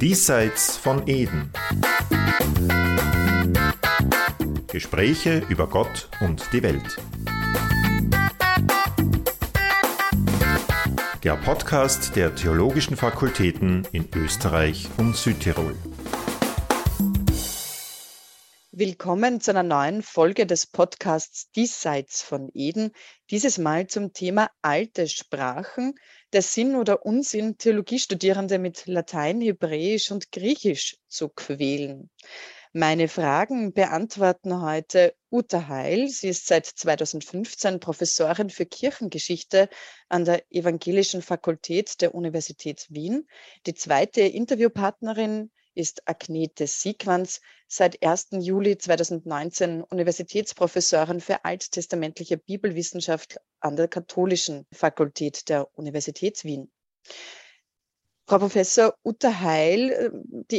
Diesseits von Eden. Gespräche über Gott und die Welt. Der Podcast der Theologischen Fakultäten in Österreich und Südtirol. Willkommen zu einer neuen Folge des Podcasts Diesseits von Eden. Dieses Mal zum Thema alte Sprachen, der Sinn oder Unsinn, Theologiestudierende mit Latein, Hebräisch und Griechisch zu quälen. Meine Fragen beantworten heute Uta Heil. Sie ist seit 2015 Professorin für Kirchengeschichte an der Evangelischen Fakultät der Universität Wien. Die zweite Interviewpartnerin ist Agnete Siegwans, seit 1. Juli 2019 Universitätsprofessorin für alttestamentliche Bibelwissenschaft an der Katholischen Fakultät der Universität Wien. Frau Professor Uta Heil, der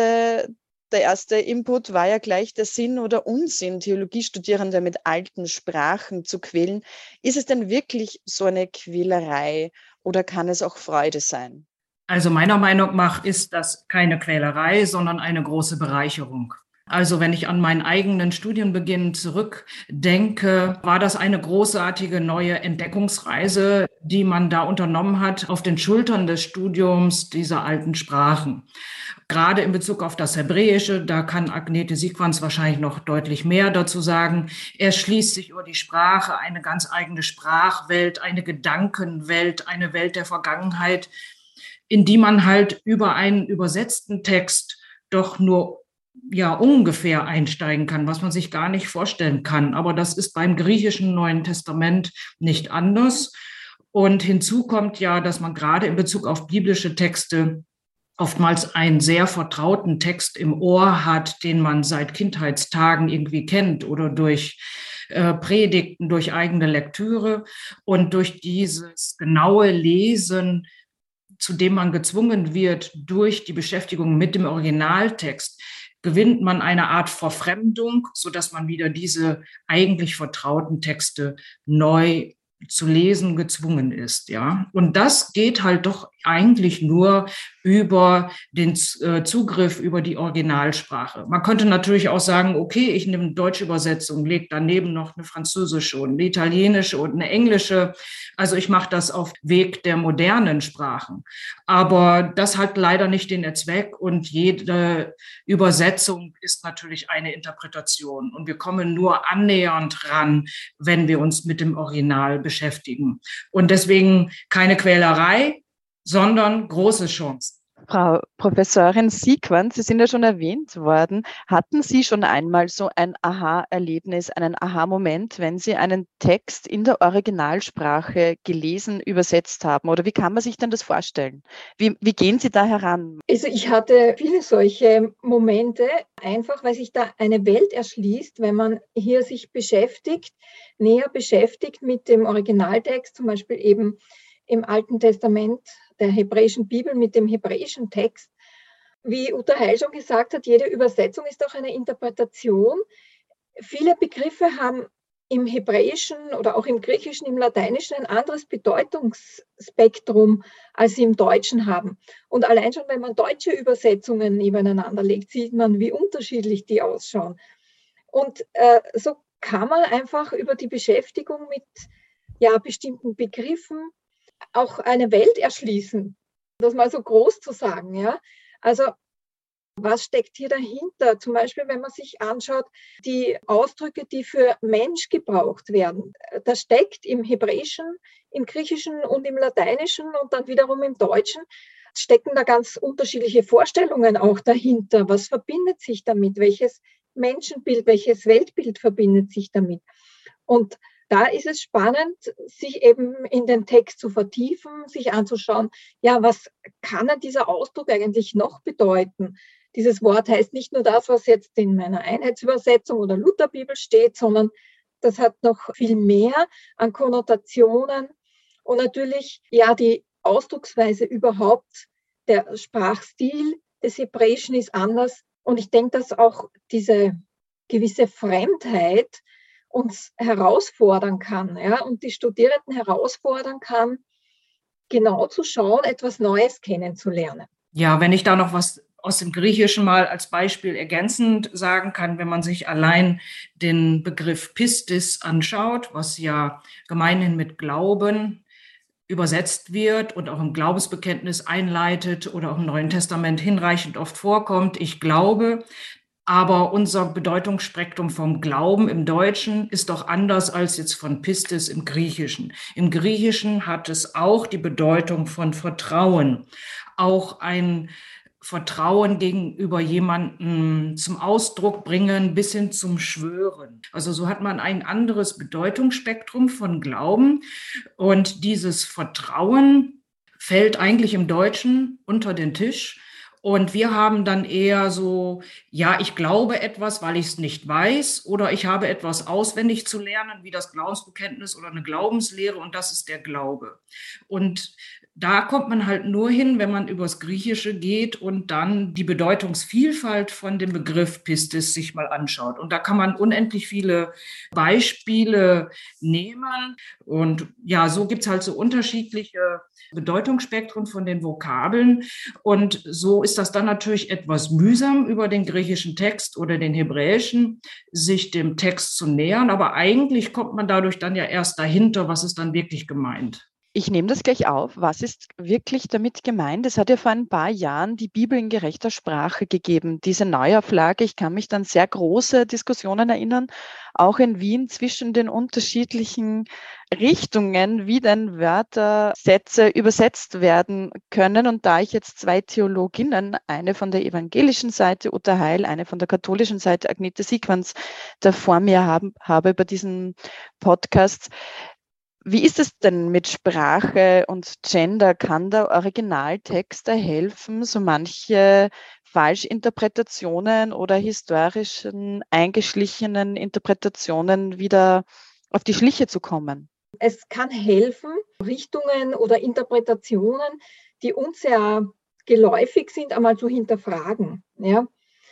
erste Input war ja gleich der Sinn oder Unsinn, Theologiestudierende mit alten Sprachen zu quälen. Ist es denn wirklich so eine Quälerei oder kann es auch Freude sein? Also meiner Meinung nach ist das keine Quälerei, sondern eine große Bereicherung. Also wenn ich an meinen eigenen Studienbeginn zurückdenke, war das eine großartige neue Entdeckungsreise, die man da unternommen hat auf den Schultern des Studiums dieser alten Sprachen. Gerade in Bezug auf das Hebräische, da kann Agnete Siegwans wahrscheinlich noch deutlich mehr dazu sagen. Er schließt sich über die Sprache eine ganz eigene Sprachwelt, eine Gedankenwelt, eine Welt der Vergangenheit, in die man halt über einen übersetzten Text doch nur ungefähr einsteigen kann, was man sich gar nicht vorstellen kann. Aber das ist beim griechischen Neuen Testament nicht anders. Und hinzu kommt ja, dass man gerade in Bezug auf biblische Texte oftmals einen sehr vertrauten Text im Ohr hat, den man seit Kindheitstagen irgendwie kennt oder durch Predigten, durch eigene Lektüre und durch dieses genaue Lesen, zu dem man gezwungen wird durch die Beschäftigung mit dem Originaltext, gewinnt man eine Art Verfremdung, sodass man wieder diese eigentlich vertrauten Texte neu zu lesen gezwungen ist, ja. Und das geht halt doch eigentlich nur über den Zugriff über die Originalsprache. Man könnte natürlich auch sagen, okay, ich nehme eine deutsche Übersetzung, lege daneben noch eine französische und eine italienische und eine englische. Also ich mache das auf Weg der modernen Sprachen. Aber das hat leider nicht den Zweck und jede Übersetzung ist natürlich eine Interpretation. Und wir kommen nur annähernd ran, wenn wir uns mit dem Original beschäftigen. Und deswegen keine Quälerei, sondern große Chance. Frau Professorin Siegwans, Sie sind ja schon erwähnt worden. Hatten Sie schon einmal so ein Aha-Erlebnis, einen Aha-Moment, wenn Sie einen Text in der Originalsprache gelesen, übersetzt haben? Oder wie kann man sich denn das vorstellen? Wie gehen Sie da heran? Also ich hatte viele solche Momente, einfach weil sich da eine Welt erschließt, wenn man hier sich näher beschäftigt mit dem Originaltext, zum Beispiel eben im Alten Testament der hebräischen Bibel mit dem hebräischen Text. Wie Uta Heil schon gesagt hat, jede Übersetzung ist auch eine Interpretation. Viele Begriffe haben im Hebräischen oder auch im Griechischen, im Lateinischen ein anderes Bedeutungsspektrum, als sie im Deutschen haben. Und allein schon, wenn man deutsche Übersetzungen nebeneinander legt, sieht man, wie unterschiedlich die ausschauen. Und so kann man einfach über die Beschäftigung mit bestimmten Begriffen auch eine Welt erschließen, das mal so groß zu sagen. Ja? Also was steckt hier dahinter? Zum Beispiel, wenn man sich anschaut, die Ausdrücke, die für Mensch gebraucht werden. Da steckt im Hebräischen, im Griechischen und im Lateinischen und dann wiederum im Deutschen, stecken da ganz unterschiedliche Vorstellungen auch dahinter. Was verbindet sich damit? Welches Menschenbild, welches Weltbild verbindet sich damit? Und da ist es spannend, sich eben in den Text zu vertiefen, sich anzuschauen, was kann denn dieser Ausdruck eigentlich noch bedeuten? Dieses Wort heißt nicht nur das, was jetzt in meiner Einheitsübersetzung oder Lutherbibel steht, sondern das hat noch viel mehr an Konnotationen und natürlich die Ausdrucksweise überhaupt, der Sprachstil des Hebräischen ist anders und ich denke, dass auch diese gewisse Fremdheit uns herausfordern kann, und die Studierenden herausfordern kann, genau zu schauen, etwas Neues kennenzulernen. Ja, wenn ich da noch was aus dem Griechischen mal als Beispiel ergänzend sagen kann, wenn man sich allein den Begriff Pistis anschaut, was ja gemeinhin mit Glauben übersetzt wird und auch im Glaubensbekenntnis einleitet oder auch im Neuen Testament hinreichend oft vorkommt. Ich glaube, aber unser Bedeutungsspektrum vom Glauben im Deutschen ist doch anders als jetzt von Pistis im Griechischen. Im Griechischen hat es auch die Bedeutung von Vertrauen, auch ein Vertrauen gegenüber jemandem zum Ausdruck bringen, bis hin zum Schwören. Also so hat man ein anderes Bedeutungsspektrum von Glauben. Und dieses Vertrauen fällt eigentlich im Deutschen unter den Tisch. Und wir haben dann eher so, ja, ich glaube etwas, weil ich es nicht weiß, oder ich habe etwas auswendig zu lernen, wie das Glaubensbekenntnis oder eine Glaubenslehre, und das ist der Glaube. Und da kommt man halt nur hin, wenn man übers Griechische geht und dann die Bedeutungsvielfalt von dem Begriff Pistis sich mal anschaut. Und da kann man unendlich viele Beispiele nehmen. Und ja, so gibt es halt so unterschiedliche Bedeutungsspektren von den Vokabeln. Und so ist das dann natürlich etwas mühsam, über den griechischen Text oder den hebräischen sich dem Text zu nähern. Aber eigentlich kommt man dadurch dann ja erst dahinter, was ist dann wirklich gemeint. Ich nehme das gleich auf. Was ist wirklich damit gemeint? Es hat ja vor ein paar Jahren die Bibel in gerechter Sprache gegeben, diese Neuauflage. Ich kann mich dann sehr große Diskussionen erinnern, auch in Wien zwischen den unterschiedlichen Richtungen, wie denn Wörter, Sätze übersetzt werden können. Und da ich jetzt zwei Theologinnen, eine von der evangelischen Seite, Uta Heil, eine von der katholischen Seite, Agnete Siegwans, da vor mir habe bei diesem Podcast. Wie ist es denn mit Sprache und Gender? Kann der Originaltext da helfen, so manche Falschinterpretationen oder historischen eingeschlichenen Interpretationen wieder auf die Schliche zu kommen? Es kann helfen, Richtungen oder Interpretationen, die uns ja geläufig sind, einmal zu hinterfragen. Ja?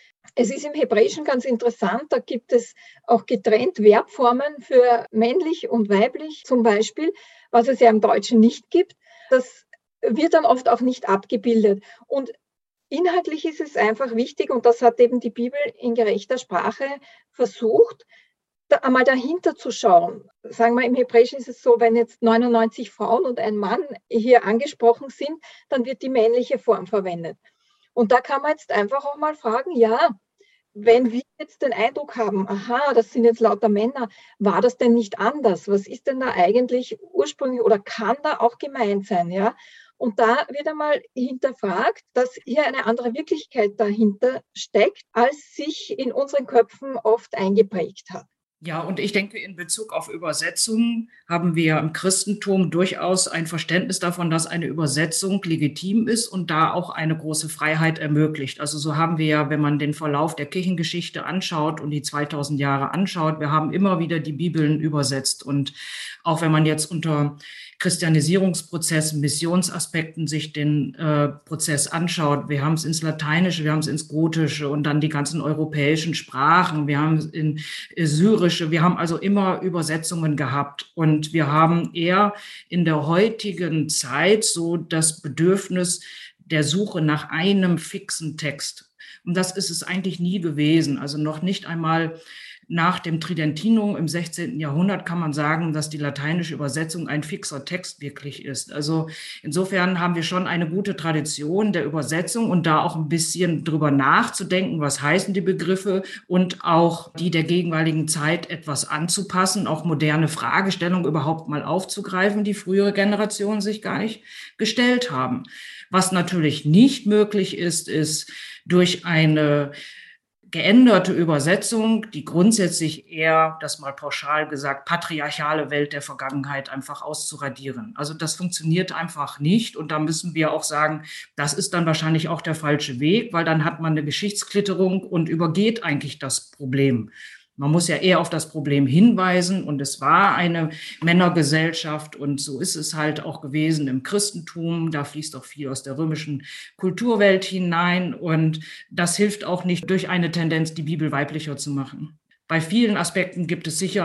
Es ist im Hebräischen ganz interessant, da gibt es auch getrennt Verbformen für männlich und weiblich zum Beispiel, was es ja im Deutschen nicht gibt. Das wird dann oft auch nicht abgebildet. Und inhaltlich ist es einfach wichtig, und das hat eben die Bibel in gerechter Sprache versucht, da einmal dahinter zu schauen. Sagen wir, im Hebräischen ist es so, wenn jetzt 99 Frauen und ein Mann hier angesprochen sind, dann wird die männliche Form verwendet. Und da kann man jetzt einfach auch mal fragen, ja, wenn wir jetzt den Eindruck haben, aha, das sind jetzt lauter Männer, war das denn nicht anders? Was ist denn da eigentlich ursprünglich oder kann da auch gemeint sein? Ja? Und da wird einmal hinterfragt, dass hier eine andere Wirklichkeit dahinter steckt, als sich in unseren Köpfen oft eingeprägt hat. Ja, und ich denke, in Bezug auf Übersetzungen haben wir im Christentum durchaus ein Verständnis davon, dass eine Übersetzung legitim ist und da auch eine große Freiheit ermöglicht. Also so haben wir ja, wenn man den Verlauf der Kirchengeschichte anschaut und die 2000 Jahre anschaut, wir haben immer wieder die Bibeln übersetzt. Und auch wenn man jetzt unter Christianisierungsprozessen, Missionsaspekten sich den Prozess anschaut, wir haben es ins Lateinische, wir haben es ins Gotische und dann die ganzen europäischen Sprachen, wir haben es in Syrisch. Wir haben also immer Übersetzungen gehabt und wir haben eher in der heutigen Zeit so das Bedürfnis der Suche nach einem fixen Text. Und das ist es eigentlich nie gewesen. Also noch nicht einmal nach dem Tridentinum im 16. Jahrhundert kann man sagen, dass die lateinische Übersetzung ein fixer Text wirklich ist. Also insofern haben wir schon eine gute Tradition der Übersetzung und da auch ein bisschen drüber nachzudenken, was heißen die Begriffe und auch die der gegenwärtigen Zeit etwas anzupassen, auch moderne Fragestellungen überhaupt mal aufzugreifen, die frühere Generationen sich gar nicht gestellt haben. Was natürlich nicht möglich ist, ist durch eine geänderte Übersetzung, die grundsätzlich eher, das mal pauschal gesagt, patriarchale Welt der Vergangenheit einfach auszuradieren. Also das funktioniert einfach nicht und da müssen wir auch sagen, das ist dann wahrscheinlich auch der falsche Weg, weil dann hat man eine Geschichtsklitterung und übergeht eigentlich das Problem. Man muss ja eher auf das Problem hinweisen und es war eine Männergesellschaft und so ist es halt auch gewesen im Christentum. Da fließt auch viel aus der römischen Kulturwelt hinein und das hilft auch nicht durch eine Tendenz, die Bibel weiblicher zu machen. Bei vielen Aspekten gibt es sicher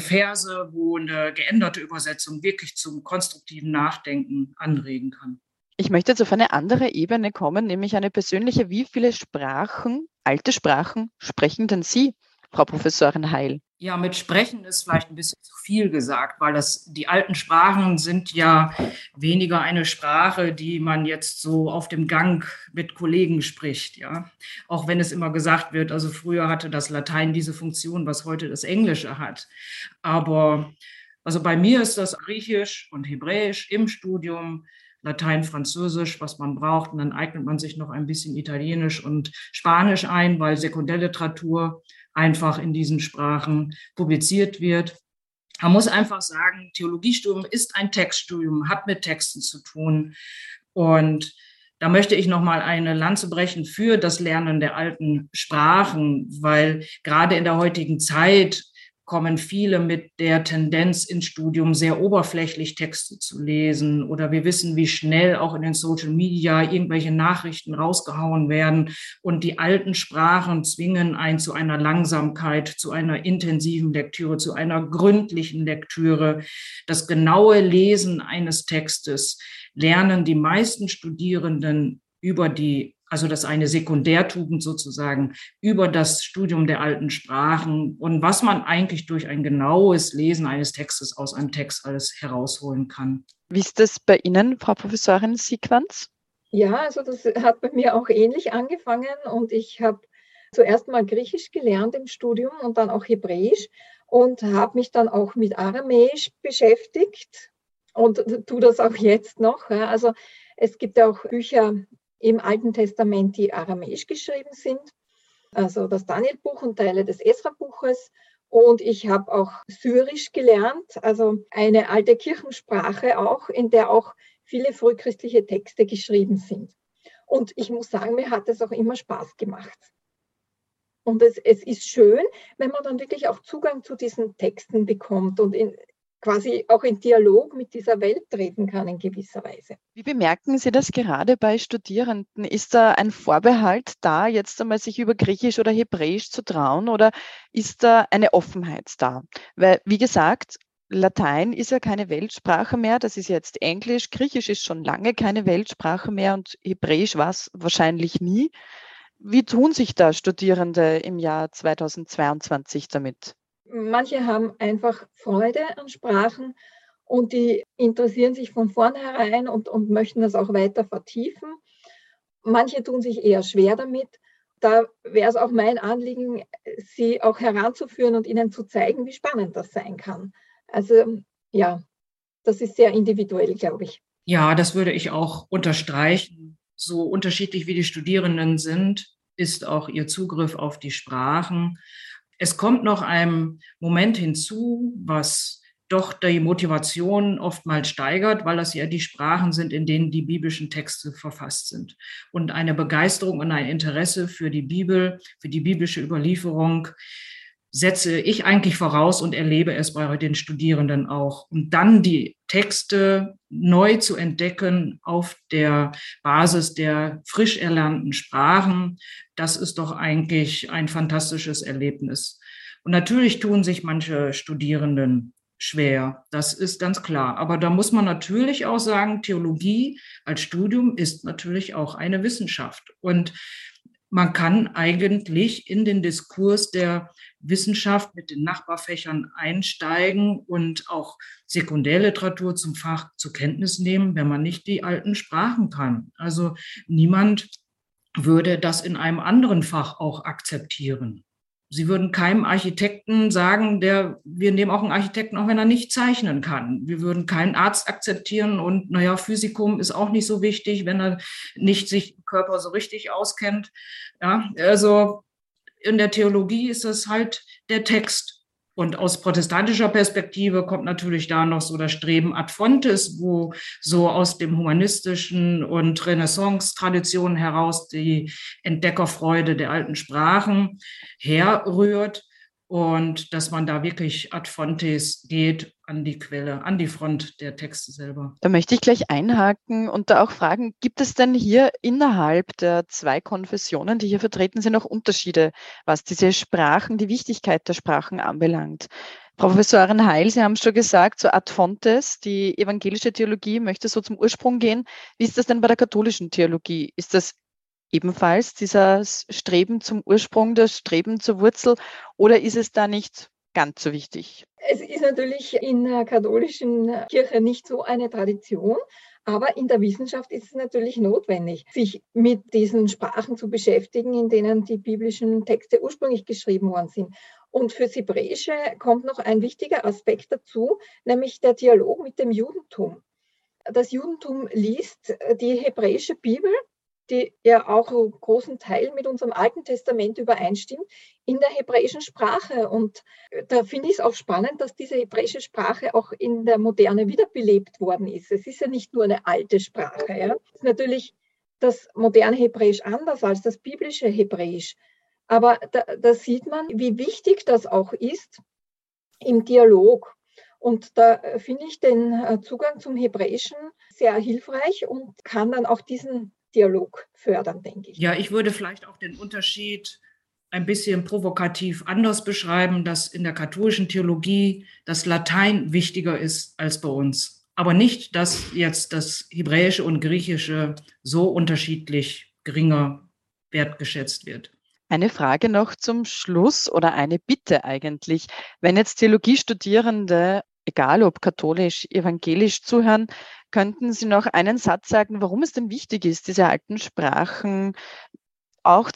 Verse, wo eine geänderte Übersetzung wirklich zum konstruktiven Nachdenken anregen kann. Ich möchte jetzt auf eine andere Ebene kommen, nämlich eine persönliche. Wie viele Sprachen, alte Sprachen, sprechen denn Sie, Frau Professorin Heil? Ja, mit Sprechen ist vielleicht ein bisschen zu viel gesagt, weil die alten Sprachen sind ja weniger eine Sprache, die man jetzt so auf dem Gang mit Kollegen spricht, ja. Auch wenn es immer gesagt wird, also früher hatte das Latein diese Funktion, was heute das Englische hat. Aber also bei mir ist das Griechisch und Hebräisch im Studium, Latein, Französisch, was man braucht. Und dann eignet man sich noch ein bisschen Italienisch und Spanisch ein, weil Sekundärliteratur einfach in diesen Sprachen publiziert wird. Man muss einfach sagen, Theologiestudium ist ein Textstudium, hat mit Texten zu tun. Und da möchte ich nochmal eine Lanze brechen für das Lernen der alten Sprachen, weil gerade in der heutigen Zeit kommen viele mit der Tendenz ins Studium, sehr oberflächlich Texte zu lesen. Oder wir wissen, wie schnell auch in den Social Media irgendwelche Nachrichten rausgehauen werden. Und die alten Sprachen zwingen einen zu einer Langsamkeit, zu einer intensiven Lektüre, zu einer gründlichen Lektüre. Das genaue Lesen eines Textes lernen die meisten Studierenden also das ist eine Sekundärtugend sozusagen, über das Studium der alten Sprachen und was man eigentlich durch ein genaues Lesen eines Textes aus einem Text alles herausholen kann. Wie ist das bei Ihnen, Frau Professorin Siegwanz? Ja, also das hat bei mir auch ähnlich angefangen und ich habe zuerst mal Griechisch gelernt im Studium und dann auch Hebräisch und habe mich dann auch mit Aramäisch beschäftigt und tue das auch jetzt noch. Ja. Also es gibt ja auch Bücher im Alten Testament, die aramäisch geschrieben sind, also das Daniel-Buch und Teile des Esra-Buches. Und ich habe auch Syrisch gelernt, also eine alte Kirchensprache auch, in der auch viele frühchristliche Texte geschrieben sind. Und ich muss sagen, mir hat es auch immer Spaß gemacht. Und es ist schön, wenn man dann wirklich auch Zugang zu diesen Texten bekommt und quasi auch in Dialog mit dieser Welt treten kann in gewisser Weise. Wie bemerken Sie das gerade bei Studierenden? Ist da ein Vorbehalt da, jetzt einmal sich über Griechisch oder Hebräisch zu trauen oder ist da eine Offenheit da? Weil, wie gesagt, Latein ist ja keine Weltsprache mehr, das ist jetzt Englisch, Griechisch ist schon lange keine Weltsprache mehr und Hebräisch war es wahrscheinlich nie. Wie tun sich da Studierende im Jahr 2022 damit? Manche haben einfach Freude an Sprachen und die interessieren sich von vornherein und möchten das auch weiter vertiefen. Manche tun sich eher schwer damit. Da wäre es auch mein Anliegen, sie auch heranzuführen und ihnen zu zeigen, wie spannend das sein kann. Also ja, das ist sehr individuell, glaube ich. Ja, das würde ich auch unterstreichen. So unterschiedlich wie die Studierenden sind, ist auch ihr Zugriff auf die Sprachen. Es kommt noch ein Moment hinzu, was doch die Motivation oftmals steigert, weil das ja die Sprachen sind, in denen die biblischen Texte verfasst sind. Und eine Begeisterung und ein Interesse für die Bibel, für die biblische Überlieferung setze ich eigentlich voraus und erlebe es bei den Studierenden auch. Und dann die Texte neu zu entdecken auf der Basis der frisch erlernten Sprachen, das ist doch eigentlich ein fantastisches Erlebnis. Und natürlich tun sich manche Studierenden schwer, das ist ganz klar. Aber da muss man natürlich auch sagen, Theologie als Studium ist natürlich auch eine Wissenschaft. Und man kann eigentlich in den Diskurs der Wissenschaft mit den Nachbarfächern einsteigen und auch Sekundärliteratur zum Fach zur Kenntnis nehmen, wenn man nicht die alten Sprachen kann. Also niemand würde das in einem anderen Fach auch akzeptieren. Sie würden keinem Architekten sagen, wir nehmen auch einen Architekten, auch wenn er nicht zeichnen kann. Wir würden keinen Arzt akzeptieren und Physikum ist auch nicht so wichtig, wenn er nicht sich im Körper so richtig auskennt. Ja, also in der Theologie ist das halt der Text. Und aus protestantischer Perspektive kommt natürlich da noch so das Streben ad fontes, wo so aus dem humanistischen und Renaissance-Traditionen heraus die Entdeckerfreude der alten Sprachen herrührt und dass man da wirklich ad fontes geht an die Quelle, an die Front der Texte selber. Da möchte ich gleich einhaken und da auch fragen, gibt es denn hier innerhalb der zwei Konfessionen, die hier vertreten sind, auch Unterschiede, was diese Sprachen, die Wichtigkeit der Sprachen anbelangt? Professorin Heil, Sie haben schon gesagt, so ad fontes, die evangelische Theologie möchte so zum Ursprung gehen. Wie ist das denn bei der katholischen Theologie? Ist das ebenfalls dieses Streben zum Ursprung, das Streben zur Wurzel, oder ist es da nicht ganz so wichtig? Es ist natürlich in der katholischen Kirche nicht so eine Tradition, aber in der Wissenschaft ist es natürlich notwendig, sich mit diesen Sprachen zu beschäftigen, in denen die biblischen Texte ursprünglich geschrieben worden sind. Und fürs Hebräische kommt noch ein wichtiger Aspekt dazu, nämlich der Dialog mit dem Judentum. Das Judentum liest die hebräische Bibel, die ja auch einen großen Teil mit unserem Alten Testament übereinstimmt, in der hebräischen Sprache. Und da finde ich es auch spannend, dass diese hebräische Sprache auch in der Moderne wiederbelebt worden ist. Es ist ja nicht nur eine alte Sprache. Ja. Es ist natürlich das moderne Hebräisch anders als das biblische Hebräisch. Aber da sieht man, wie wichtig das auch ist im Dialog. Und da finde ich den Zugang zum Hebräischen sehr hilfreich und kann dann auch diesen Dialog fördern, denke ich. Ja, ich würde vielleicht auch den Unterschied ein bisschen provokativ anders beschreiben, dass in der katholischen Theologie das Latein wichtiger ist als bei uns. Aber nicht, dass jetzt das Hebräische und Griechische so unterschiedlich geringer wertgeschätzt wird. Eine Frage noch zum Schluss oder eine Bitte eigentlich. Wenn jetzt Theologiestudierende, egal ob katholisch, evangelisch, zuhören, könnten Sie noch einen Satz sagen, warum es denn wichtig ist, diese alten Sprachen auch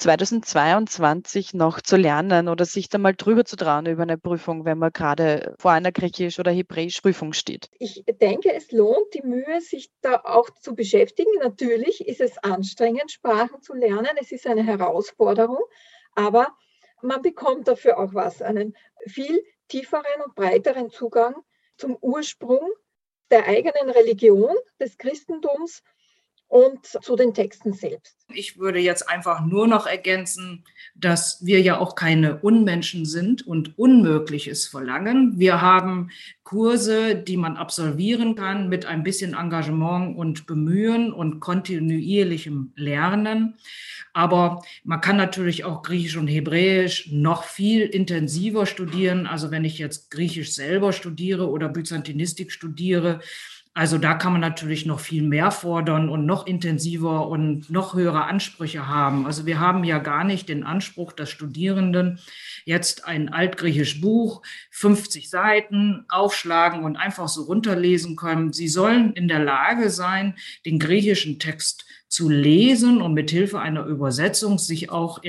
2022 noch zu lernen oder sich da mal drüber zu trauen über eine Prüfung, wenn man gerade vor einer Griechisch- oder Hebräisch-Prüfung steht? Ich denke, es lohnt die Mühe, sich da auch zu beschäftigen. Natürlich ist es anstrengend, Sprachen zu lernen. Es ist eine Herausforderung, aber man bekommt dafür auch was, einen viel tieferen und breiteren Zugang zum Ursprung der eigenen Religion, des Christentums und zu den Texten selbst. Ich würde jetzt einfach nur noch ergänzen, dass wir ja auch keine Unmenschen sind und Unmögliches verlangen. Wir haben Kurse, die man absolvieren kann mit ein bisschen Engagement und Bemühen und kontinuierlichem Lernen. Aber man kann natürlich auch Griechisch und Hebräisch noch viel intensiver studieren. Also wenn ich jetzt Griechisch selber studiere oder Byzantinistik studiere, also da kann man natürlich noch viel mehr fordern und noch intensiver und noch höhere Ansprüche haben. Also wir haben ja gar nicht den Anspruch, dass Studierenden jetzt ein altgriechisch Buch, 50 Seiten aufschlagen und einfach so runterlesen können. Sie sollen in der Lage sein, den griechischen Text zu lesen und mithilfe einer Übersetzung sich auch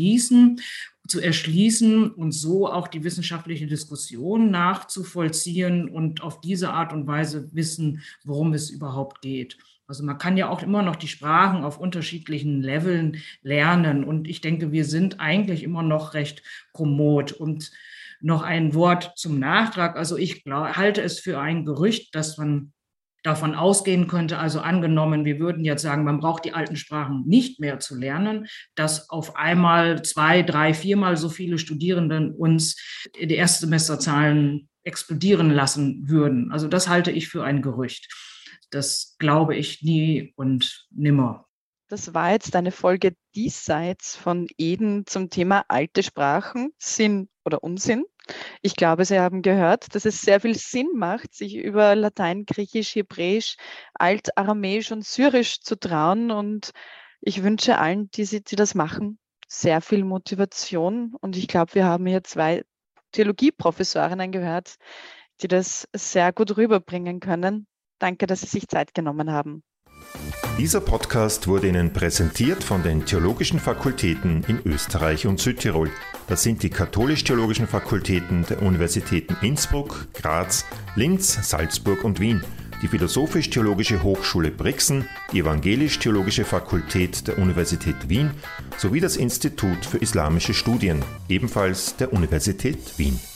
zu erschließen und so auch die wissenschaftliche Diskussion nachzuvollziehen und auf diese Art und Weise wissen, worum es überhaupt geht. Also man kann ja auch immer noch die Sprachen auf unterschiedlichen Leveln lernen und ich denke, wir sind eigentlich immer noch recht kommod. Und noch ein Wort zum Nachtrag. Also ich halte es für ein Gerücht, dass man davon ausgehen könnte, also angenommen, wir würden jetzt sagen, man braucht die alten Sprachen nicht mehr zu lernen, dass auf einmal 2, 3, 4-mal so viele Studierenden uns die Erstsemesterzahlen explodieren lassen würden. Also das halte ich für ein Gerücht. Das glaube ich nie und nimmer. Das war jetzt eine Folge diesseits von Eden zum Thema alte Sprachen, Sinn oder Unsinn. Ich glaube, Sie haben gehört, dass es sehr viel Sinn macht, sich über Latein, Griechisch, Hebräisch, Altaramäisch und Syrisch zu trauen. Und ich wünsche allen, die das machen, sehr viel Motivation. Und ich glaube, wir haben hier 2 Theologieprofessorinnen gehört, die das sehr gut rüberbringen können. Danke, dass Sie sich Zeit genommen haben. Dieser Podcast wurde Ihnen präsentiert von den theologischen Fakultäten in Österreich und Südtirol. Das sind die katholisch-theologischen Fakultäten der Universitäten Innsbruck, Graz, Linz, Salzburg und Wien, die Philosophisch-Theologische Hochschule Brixen, die Evangelisch-Theologische Fakultät der Universität Wien sowie das Institut für Islamische Studien, ebenfalls der Universität Wien.